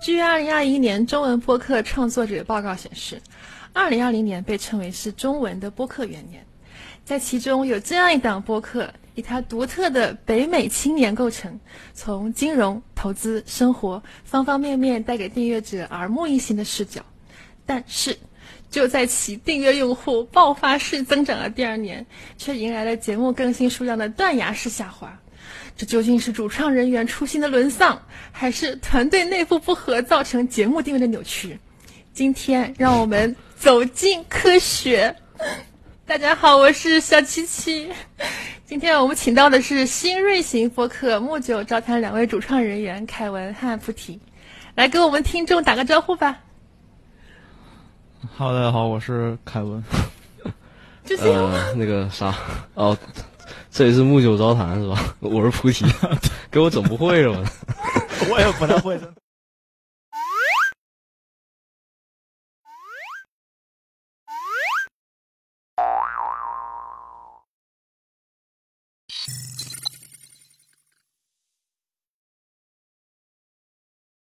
据2021年中文播客创作者报告显示，2020年被称为是中文的播客元年。在其中有这样一档播客，以它独特的北美青年构成，从金融、投资、生活方方面面带给订阅者耳目一新的视角。但是就在其订阅用户爆发式增长的第2年，却迎来了节目更新数量的断崖式下滑。这究竟是主创人员初心的沦丧，还是团队内部不和造成节目定位的扭曲？今天让我们走进科学。大家好，我是小七七。今天我们请到的是新锐型播客木九招谈2位主创人员凯文和菩提，来给我们听众打个招呼吧。 Hello， 大家好，我是凯文。 就这样吗？ 那个啥，哦，这里是木九招谈是吧？我是菩提，给我整不会了吧？ 我也不太会。